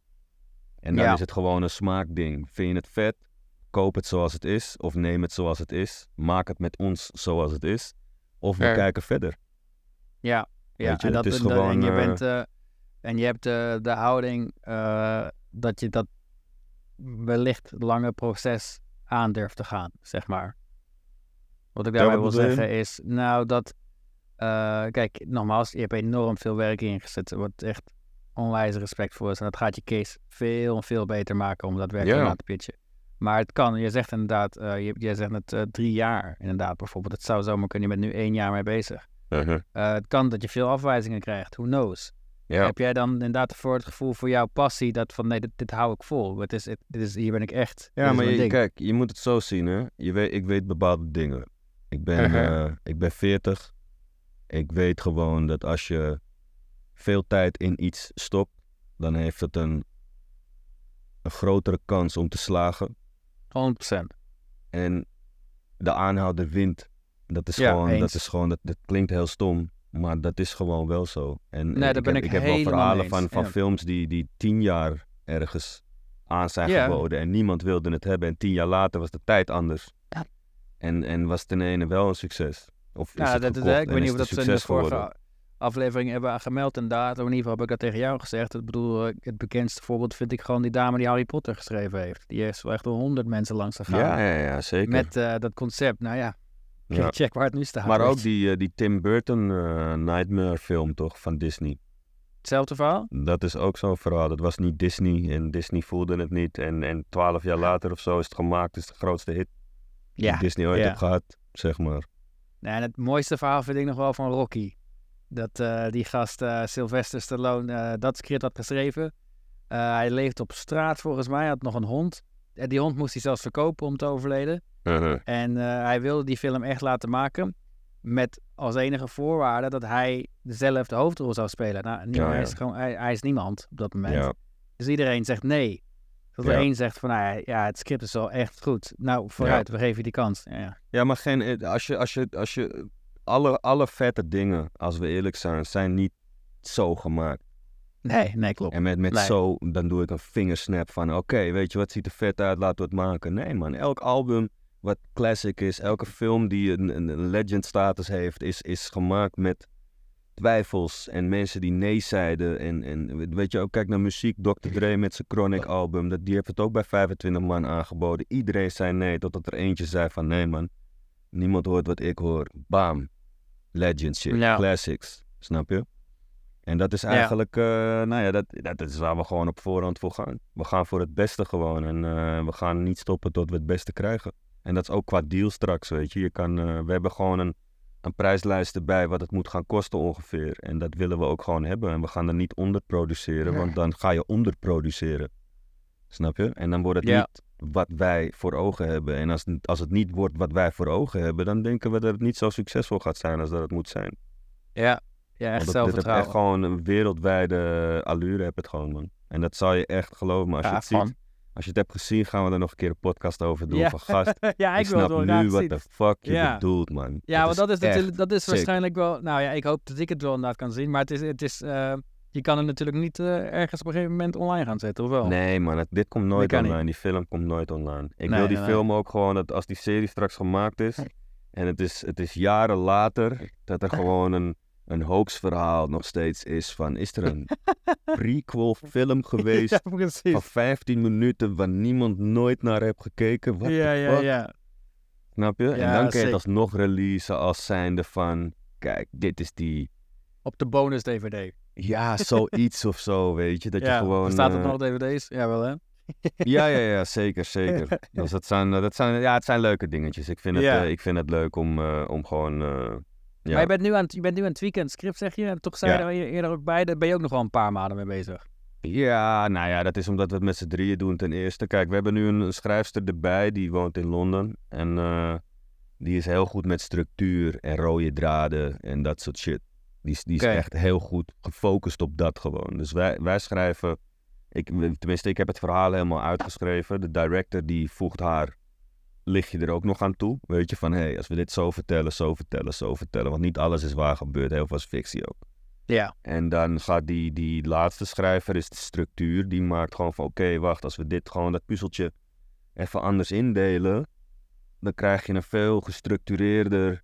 En dan ja. is het gewoon een smaakding. Vind je het vet? Koop het zoals het is. Of neem het zoals het is. Maak het met ons zoals het is. Of we er. kijken verder. Ja, ja. Je, en, dat, is en, gewoon, en je uh, bent uh, en je hebt uh, de houding uh, dat je dat wellicht lange proces aan durft te gaan, zeg maar. Wat ik daarbij ja, wil zeggen je? is, nou dat, uh, kijk, nogmaals, je hebt enorm veel werk ingezet, wat echt onwijs respect voor is. En dat gaat je case veel, veel beter maken om dat werk ja. te laten pitchen. Maar het kan, je zegt inderdaad, uh, je, je zegt het uh, drie jaar inderdaad bijvoorbeeld. Het zou zomaar kunnen, je bent nu één jaar mee bezig. Uh-huh. Uh, het kan dat je veel afwijzingen krijgt, who knows. Ja. Heb jij dan inderdaad voor het gevoel voor jouw passie dat van nee, dit, dit hou ik vol. Het is, het, dit is, hier ben ik echt. Ja, maar je, kijk, je moet het zo zien, hè. Je weet, ik weet bepaalde dingen. Ik ben, uh-huh. uh, ik ben veertig. Ik weet gewoon dat als je veel tijd in iets stopt, dan heeft het een, een grotere kans om te slagen. honderd procent. En de aanhouder wint. Dat is ja, gewoon, eens. dat is gewoon, dat, dat klinkt heel stom, maar dat is gewoon wel zo. En nee, daar ik, ben heb, ik, ik heb wel verhalen eens. van, van ja. films die, die tien jaar ergens aan zijn ja. geboden en niemand wilde het hebben. En tien jaar later was de tijd anders. Ja. En, en was ten ene wel een succes. Of ja, is het dat gekocht is, ik weet niet of dat ze in de vorige geworden. aflevering hebben gemeld inderdaad. In ieder geval heb ik dat tegen jou gezegd. Ik bedoel, het bekendste voorbeeld vind ik gewoon die dame die Harry Potter geschreven heeft. Die is wel echt door honderd mensen langs gegaan. Ja, ja, ja, zeker. Met uh, dat concept. Nou ja, ja. check waar het nu staat. Maar ook die, uh, die Tim Burton uh, Nightmare film toch, van Disney. Hetzelfde verhaal? Dat is ook zo'n verhaal. Dat was niet Disney en Disney voelde het niet. En, en twaalf jaar later of zo is het gemaakt. Is de grootste hit ja. die Disney ooit ja. heeft gehad, zeg maar. Nee, en het mooiste verhaal vind ik nog wel van Rocky. Dat uh, die gast uh, Sylvester Stallone uh, dat script had geschreven. Uh, hij leeft op straat volgens mij. Hij had nog een hond. En die hond moest hij zelfs verkopen om te overleden. Uh-huh. En uh, hij wilde die film echt laten maken. Met als enige voorwaarde dat hij zelf de hoofdrol zou spelen. Nou, niemand, ja, ja. Hij, is gewoon, hij, hij is niemand op dat moment. Ja. Dus iedereen zegt nee. Dat er ja. één zegt van, nou ja, het script is wel echt goed. Nou, vooruit, ja. we geven je die kans. Ja, ja. ja maar geen, als je, als je, als je, alle, alle vette dingen, als we eerlijk zijn, zijn niet zo gemaakt. Nee, nee, klopt. En met, met nee. zo, dan doe ik een vingersnap van, oké, okay, weet je wat, ziet er vet uit, laten we het maken. Nee man, elk album wat classic is, elke film die een, een legend status heeft, is, is gemaakt met twijfels en mensen die nee zeiden. En, en weet je ook, kijk naar muziek, dokter Dre met zijn Chronic album, dat, die heeft het ook bij vijfentwintig man aangeboden. Iedereen zei nee, totdat er eentje zei van, nee man, niemand hoort wat ik hoor. Bam, legend shit, ja. classics, snap je? En dat is eigenlijk, ja. Uh, nou ja, dat, dat is waar we gewoon op voorhand voor gaan. We gaan voor het beste gewoon en uh, we gaan niet stoppen tot we het beste krijgen. En dat is ook qua deal straks, weet je. je kan, uh, we hebben gewoon een, een prijslijst erbij wat het moet gaan kosten ongeveer. En dat willen we ook gewoon hebben. En we gaan er niet onder produceren, nee. want dan ga je onderproduceren. Snap je? En dan wordt het ja. niet wat wij voor ogen hebben. En als, als het niet wordt wat wij voor ogen hebben, dan denken we dat het niet zo succesvol gaat zijn als dat het moet zijn. Ja, ja echt zelfvertrouwen. Het heeft echt gewoon een wereldwijde allure, heb het gewoon, man. En dat zal je echt geloven, maar als ja, je het van. ziet... Als je het hebt gezien, gaan we er nog een keer een podcast over doen. Ja. Van gast, ja, ik snap wil het wel nu wat de fuck je ja. bedoelt, man. Ja, dat want dat is, natuurlijk, dat is sick. waarschijnlijk wel... Nou ja, ik hoop dat ik het wel inderdaad kan zien. Maar het is... Het is uh, je kan het natuurlijk niet uh, ergens op een gegeven moment online gaan zetten, of wel? Nee, man. Het, dit komt nooit online. Niet. Die film komt nooit online. Ik nee, wil die nee, film nee. ook gewoon... Dat als die serie straks gemaakt is... En het is, het is jaren later... Dat er gewoon een... een hoaxverhaal nog steeds is van... Is er een prequel film geweest ja, van vijftien minuten... waar niemand nooit naar heeft gekeken? What ja, ja, ja. Snap je? Ja, en dan kun je zeker. het alsnog releasen als zijnde van... Kijk, dit is die... Op de bonus D V D. Ja, zoiets of zo, weet je. Dat ja, je gewoon... Bestaat er uh... nog D V D's? Ja, wel hè? ja, ja, ja, zeker, zeker. Dus dat zijn, dat zijn, ja, het zijn leuke dingetjes. Ik vind het, ja. uh, ik vind het leuk om, uh, om gewoon... Uh, Ja. Maar je bent, nu aan, je bent nu aan het weekend script, zeg je? En toch zei ja. je er eerder ook bij, daar ben je ook nog wel een paar maanden mee bezig. Ja, nou ja, dat is omdat we het met z'n drieën doen ten eerste. Kijk, we hebben nu een, een schrijfster erbij, die woont in Londen. En uh, die is heel goed met structuur en rode draden en dat soort shit. Die, is, die is okay. echt heel goed gefocust op dat gewoon. Dus wij, wij schrijven, ik, tenminste ik heb het verhaal helemaal uitgeschreven. De director die voegt haar lig je er ook nog aan toe. Weet je, van hé, hey, als we dit zo vertellen, zo vertellen, zo vertellen. Want niet alles is waar gebeurd, heel veel is fictie ook. Ja. En dan gaat die, die laatste schrijver, is de structuur, die maakt gewoon van oké, okay, wacht, als we dit gewoon, dat puzzeltje even anders indelen, dan krijg je een veel gestructureerder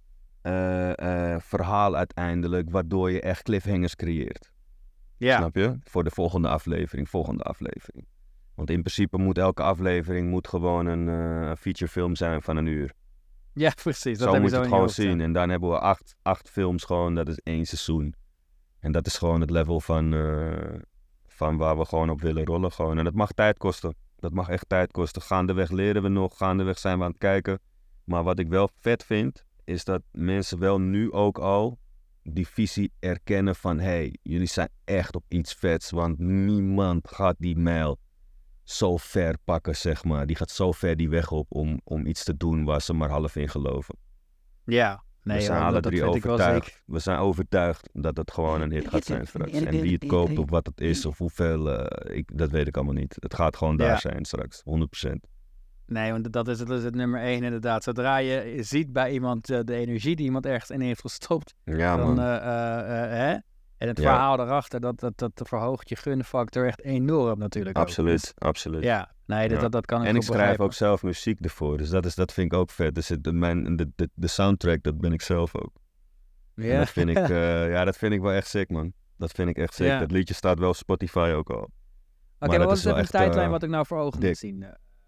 uh, uh, verhaal uiteindelijk, waardoor je echt cliffhangers creëert. Ja. Snap je? Voor de volgende aflevering, volgende aflevering. Want in principe moet elke aflevering moet gewoon een uh, featurefilm zijn van een uur. Ja, precies. Dat zo heb moet je je zo het gewoon zien. zien. En dan hebben we acht, acht films gewoon, dat is één seizoen. En dat is gewoon het level van, uh, van waar we gewoon op willen rollen. Gewoon. En dat mag tijd kosten. Dat mag echt tijd kosten. Gaandeweg leren we nog, gaandeweg zijn we aan het kijken. Maar wat ik wel vet vind, is dat mensen wel nu ook al die visie erkennen van hé, hey, jullie zijn echt op iets vets. Want niemand gaat die mijl zo ver pakken, zeg maar. Die gaat zo ver die weg op om, om iets te doen waar ze maar half in geloven. Ja, nee, we zijn joh, alle dat, drie dat overtuigd. We zijn overtuigd dat het gewoon een hit gaat zijn straks. En wie het koopt of wat het is of hoeveel, uh, ik, dat weet ik allemaal niet. Het gaat gewoon daar ja. zijn straks, honderd procent. Nee, want dat is, dat is het nummer één inderdaad. Zodra je ziet bij iemand uh, de energie die iemand ergens in heeft gestopt, ja, dan, man. Uh, uh, uh, hè? En het ja. verhaal daarachter, dat, dat, dat verhoogt je gunfactor echt enorm natuurlijk. Absoluut, dus, absoluut. Ja, nee, dat, ja. dat, dat kan ik En ik schrijf begrijpen. ook zelf muziek ervoor, dus dat, is, dat vind ik ook vet. Dus het, mijn, de, de, de soundtrack, dat ben ik zelf ook. Ja. Dat vind ik, uh, ja, dat vind ik wel echt sick, man. Dat vind ik echt sick. Ja. Dat liedje staat wel op Spotify ook al. Oké, okay, maar wat is even een tijdlijn uh, wat ik nou voor ogen dik. moet zien? Uh,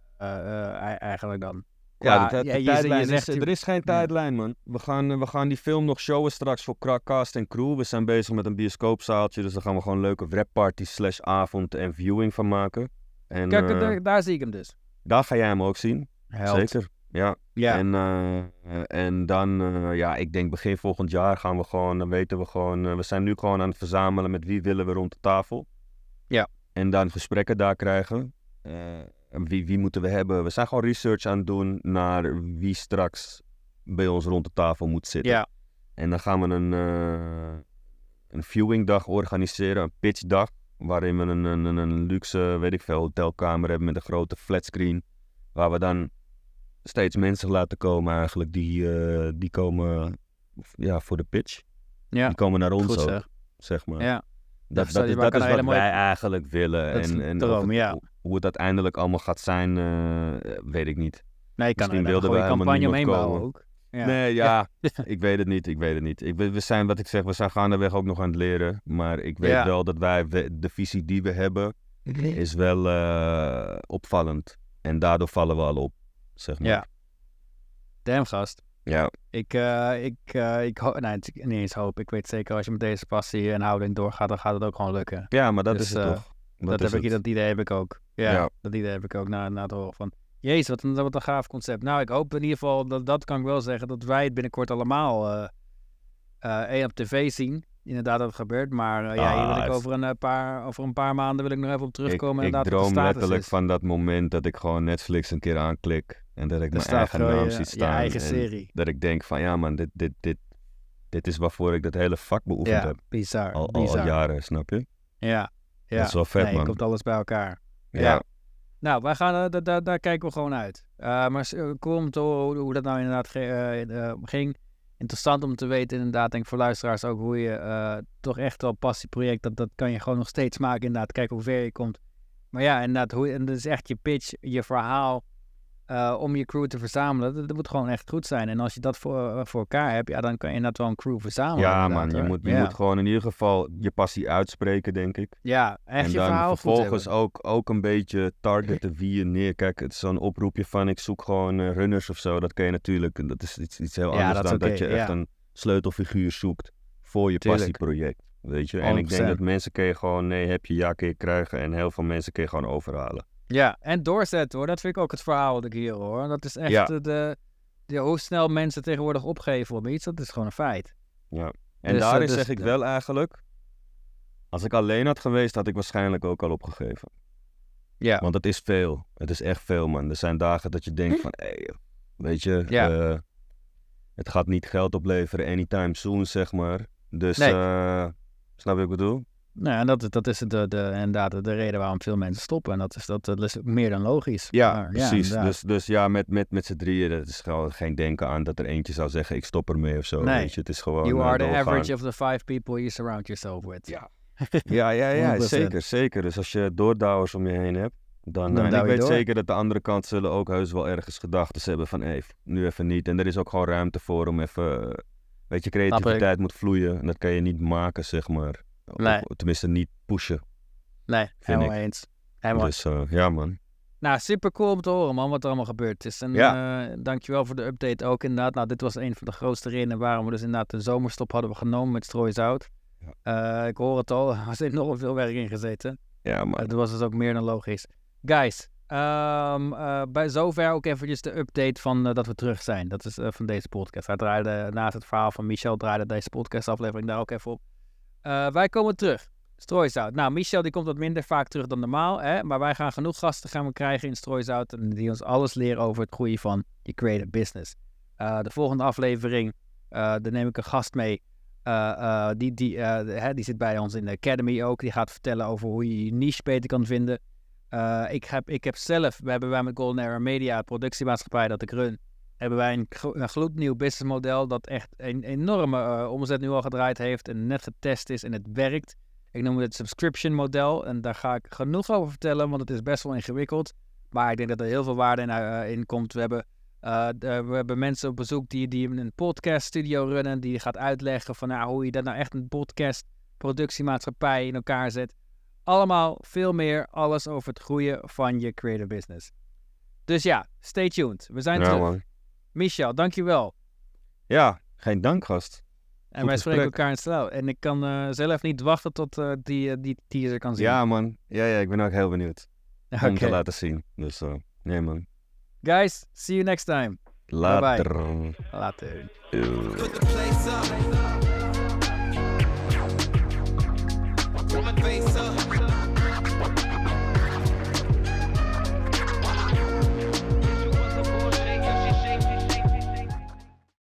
uh, eigenlijk dan. Ja, de, de, de ja, tijdlijn je, je zegt, is, er is geen tijdlijn, man. We gaan, we gaan die film nog showen straks voor cast en crew. We zijn bezig met een bioscoopzaaltje, dus daar gaan we gewoon een leuke rapparty slash avond en viewing van maken. En, Kijk, uh, daar, daar zie ik hem dus. Daar ga jij hem ook zien. Held. Zeker, ja. ja. En, uh, en dan, uh, ja, ik denk begin volgend jaar gaan we gewoon, dan weten we gewoon, uh, we zijn nu gewoon aan het verzamelen met wie willen we rond de tafel. Ja. En dan gesprekken daar krijgen. Uh, Wie, wie moeten we hebben? We zijn gewoon research aan het doen naar wie straks bij ons rond de tafel moet zitten. Ja. En dan gaan we een, uh, een viewingdag organiseren, een pitchdag, waarin we een, een, een luxe, weet ik veel, hotelkamer hebben met een grote flatscreen. Waar we dan steeds mensen laten komen eigenlijk, die, uh, die komen ja, voor de pitch. Ja. Die komen naar ons Goed, ook, zeg. zeg maar. Ja. Dat, dat, dat is, dat is wat mooie... wij eigenlijk willen. Dat en en droom, het, ja. hoe, hoe het uiteindelijk allemaal gaat zijn, uh, weet ik niet. Nee, je kan Misschien er wilden we een campagne omheen bouwen ook. Ja. Nee, ja, ik weet het niet, ik weet het niet. Ik, we zijn, wat ik zeg, we zijn gaandeweg ook nog aan het leren. Maar ik weet ja. wel dat wij, de visie die we hebben, is wel uh, opvallend. En daardoor vallen we al op, zeg maar. Ja. Damn, gast. Ja. Ik, uh, ik, uh, ik hoop, nee, niet eens hoop. Ik weet zeker, als je met deze passie en houding doorgaat, dan gaat het ook gewoon lukken. Ja, maar dat dus, is het uh, toch. Dat, dat, heb ik, dat idee heb ik ook. Ja, ja. dat idee heb ik ook na, na het horen van... Jezus, wat een, wat een gaaf concept. Nou, ik hoop in ieder geval, dat, dat kan ik wel zeggen, dat wij het binnenkort allemaal uh, uh, één op tv zien. Inderdaad dat het gebeurt, maar uh, ah, ja, hier wil ik over een, uh, paar, over een paar maanden wil ik nog even op terugkomen. Ik, ik droom letterlijk is. van dat moment dat ik gewoon Netflix een keer aanklik en dat ik er mijn eigen naam je, zie staan. Je eigen serie. Dat ik denk van, ja man, dit, dit, dit, dit is waarvoor ik dat hele vak beoefend ja, heb. Bizar, al, bizar. al jaren, snap je? Ja, ja. Dat is wel vet, nee, man. komt alles bij elkaar. Ja. ja. Nou, wij gaan, uh, daar, daar kijken we gewoon uit. Uh, maar uh, cool om te horen hoe dat nou inderdaad ge- uh, uh, ging. Interessant om te weten inderdaad, denk ik voor luisteraars ook, hoe je uh, toch echt wel passieproject, dat, dat kan je gewoon nog steeds maken inderdaad. Kijken hoe ver je komt. Maar ja, inderdaad, hoe, en dat is echt je pitch, je verhaal uh, om je crew te verzamelen. Dat, dat moet gewoon echt goed zijn. En als je dat voor, uh, voor elkaar hebt, ja, dan kan je inderdaad wel een crew verzamelen. Ja man, je, moet, je ja. moet gewoon in ieder geval je passie uitspreken, denk ik. Ja, echt en je dan verhaal vervolgens goed ook, ook een beetje targeten wie je neer... Kijk, het is zo'n oproepje van ik zoek gewoon uh, runners of zo. Dat kan je natuurlijk, dat is iets, iets heel anders ja, dat dan okay, dat je echt ja. een sleutelfiguur zoekt voor je Tuurlijk. passieproject. Weet je? En honderd procent. Ik denk dat mensen kun je gewoon, nee heb je, ja kun je krijgen. En heel veel mensen kun je gewoon overhalen. Ja, en doorzetten hoor. Dat vind ik ook het verhaal dat ik hier hoor. Dat is echt ja. de, de, de, hoe snel mensen tegenwoordig opgeven op iets. Dat is gewoon een feit. Ja. En dus, daarin dus, zeg ik wel eigenlijk, als ik alleen had geweest, had ik waarschijnlijk ook al opgegeven. Ja. Want het is veel. Het is echt veel, man. Er zijn dagen dat je denkt van, hé, hey, weet je, ja. uh, het gaat niet geld opleveren anytime soon, zeg maar. Dus, nee. uh, snap je wat ik bedoel? Nou, en dat, dat is de, de, inderdaad de reden waarom veel mensen stoppen. En dat is, dat, dat is meer dan logisch. Ja, maar, precies. Ja, dus, dus ja, met, met, met z'n drieën, dat is gewoon geen denken aan dat er eentje zou zeggen, ik stop ermee of zo. Nee. Weet je, het is gewoon You uh, are the doorgaan. average of the five people you surround yourself with. Ja, ja, ja, ja zeker, zeker. Dus als je doordouwers om je heen hebt, dan, dan en ik weet door. zeker dat de andere kant zullen ook heus wel ergens gedachten hebben van, hé, hey, nu even niet. En er is ook gewoon ruimte voor om even, weet je, creativiteit moet vloeien. En dat kan je niet maken, zeg maar. Nee. Of, tenminste niet pushen. Nee, helemaal eens. Helemaal. Dus uh, ja, man. Nou, super cool om te horen, man, wat er allemaal gebeurd is. En ja. uh, dankjewel voor de update ook, inderdaad. Nou, dit was een van de grootste redenen waarom we dus inderdaad de zomerstop hadden we genomen met Strooisout. Ja. Uh, ik hoor het al, er zit nogal veel werk in gezeten. Ja, man. Uh, dat was dus ook meer dan logisch. Guys, um, uh, bij zover ook eventjes de update van uh, dat we terug zijn. Dat is uh, van deze podcast. Hij draaide, naast het verhaal van Michel, draaide deze podcastaflevering daar ook even op. Uh, wij komen terug. Strooisout. Nou, Michel die komt wat minder vaak terug dan normaal. Hè? Maar wij gaan genoeg gasten gaan we krijgen in Strooisout. En die ons alles leren over het groeien van je creative business. Uh, de volgende aflevering, uh, daar neem ik een gast mee. Uh, uh, die, die, uh, hè, die zit bij ons in de Academy ook. Die gaat vertellen over hoe je je niche beter kan vinden. Uh, ik, heb, ik heb zelf, we hebben wij met Golden Era Media, productiemaatschappij dat ik run, hebben wij een, een gloednieuw businessmodel dat echt een enorme uh, omzet nu al gedraaid heeft en net getest is en het werkt. Ik noem het het subscription model en daar ga ik genoeg over vertellen, want het is best wel ingewikkeld. Maar ik denk dat er heel veel waarde in, uh, in komt. We hebben, uh, de, we hebben mensen op bezoek die, die een podcast studio runnen, die gaat uitleggen van nou, hoe je dat nou echt een podcast productiemaatschappij in elkaar zet. Allemaal veel meer, alles over het groeien van je creative business. Dus ja, stay tuned. We zijn ja, terug. Man. Michel, dankjewel. Ja, geen dank, gast. En Goed wij gesprek. spreken elkaar in snel. En ik kan uh, zelf niet wachten tot uh, die, uh, die teaser kan zien. Ja, man. Ja, ja, ik ben ook heel benieuwd. Okay. Om te laten zien. Dus, uh, nee, man. Guys, see you next time. Later. Bye bye. Later. Uh.